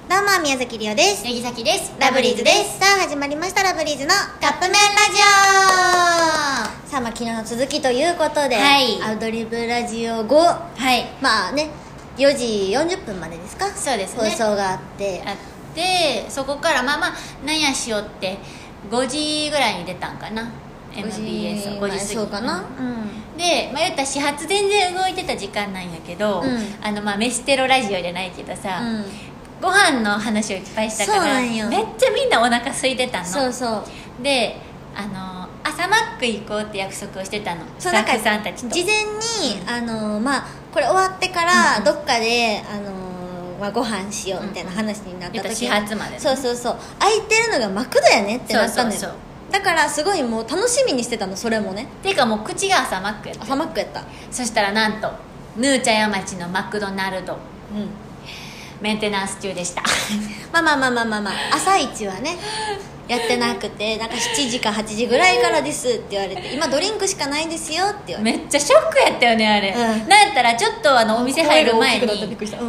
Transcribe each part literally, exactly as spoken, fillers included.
どうも宮崎りおです。 八木崎です。 ラブリーズです。さあ始まりましたラブリーズのカップ麺ラジオ。さあ、まあ、昨日の続きということで、 はい、 アドリブラジオ後、 はい、 まあねよじよんじゅっぷんまでですか。 そうですね、 放送があってあってそこからまあまあなんやしようってごじぐらいに出たんかな、 エムビーエス をごじ過ぎ、 そうかな、 うん、で、まあ、言ったら始発全然動いてた時間なんやけど、 うん、あのまあ飯テロラジオじゃないけどさ、 うん、 ご飯の話をいっぱいしたからめっちゃみんなお腹空いてたの。 そうそうで、あの朝マック行こうって約束をしてたの、スタッフさんたちと。 事前に、うん、あのまあこれ終わってからどっかで、うん、あのまあ、ご飯しようみたいな話になった時、うん、 始発まで、ね、 そうそうそう、空いてるのがマクドやねってなったのよ。そうそうそう、だからすごいもう楽しみにしてたの、それもね。 ていうかもう口が朝マックやった。 朝マックやった。 そしたらなんとヌー茶屋町のマクドナルド、うん、メンテナンス中でしたまあまあまあまあまあまあ朝一はねやってなくて、なんかしちじかはちじぐらいからですって言われて、今ドリンクしかないですよって言われて、 めっちゃショックやったよねあれ、うん、なんやったらちょっとあのお店入る前に、うん、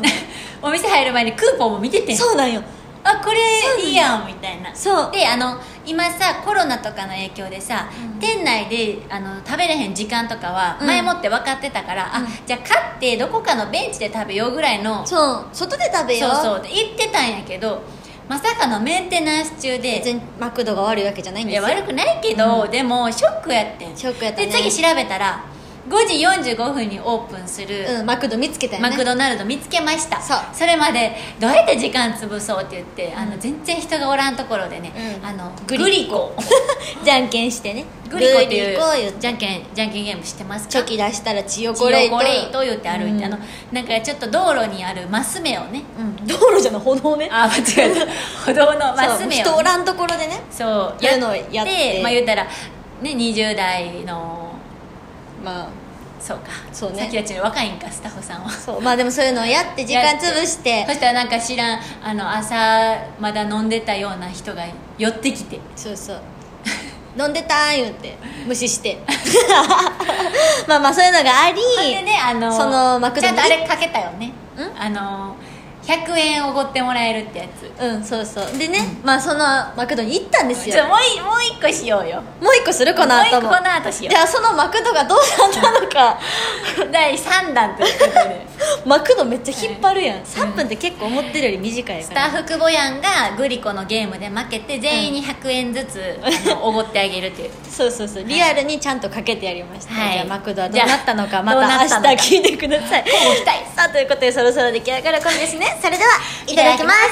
お店入る前にクーポンも見てて、 そうなんよ、 あこれいいやんみたいな。 そうで、あの今さコロナとかの影響でさ、うん、店内であの食べれへん時間とかは前もって分かってたから、うん、あじゃあ買ってどこかのベンチで食べようぐらいの、 そう外で食べようそうそうで言ってたんやけど、まさかのメンテナンス中で。 別にマクドが悪いわけじゃないんですよ。 いや悪くないけど、うん、でもショックやってん。 ショックやったね。 で次調べたらごじよんじゅうごふんにオープンする、 うん、マクド見つけたよね。 マクドナルド見つけました。 そう、 それまでどうやって時間潰そうって言って、うん、あの全然人がおらんところでね、うん、あのグリコじゃんけんしてね、 グリコっていうじゃんけんじゃんけんゲーム知ってますか。 チョキ出したらチヨコレイト、 チヨコレイト言って歩いて、うん、あのなんかちょっと道路にあるマス目をね、 うん、道路じゃない歩道ね、 あ間違えた歩道のマス目を、ね、 人おらんところでね、 そうやるのをやって、 まあ言ったらねにじゅう代のまあそうか、 そうね、 さっきたちの若いんかスタッフさんは。 そうまあでもそういうのをやって時間潰して、 そしたらなんか知らんあの朝まだ飲んでたような人が寄ってきて、 そうそう飲んでたー言って無視してまあまあそういうのがあり、 ほんでね、あのそのマクドちゃんとあれかけたよね、あのひゃくえんおごってもらえるってやつ。 うんそうそうでね、うん、まあそのマクドに行ったんですよ。 じゃもうもう一個しようよ。 もう一個するこの後も。 もう一個この後しよう。 じゃあそのマクドがどうなったのかだいさんだんということでマクドめっちゃ引っ張るやん、はい、さんぷんって結構思ってるより短いから、スタッフ久保やんがグリコのゲームで負けて全員にひゃくえんずつおご、うん、ってあげるっていうそうそうそう、リアルにちゃんとかけてやりました、はい、じゃあマクドはどうなったのかまた明日聞いてください。 今後期待さあということでそろそろ出来上がる頃ですね。それではいただきます。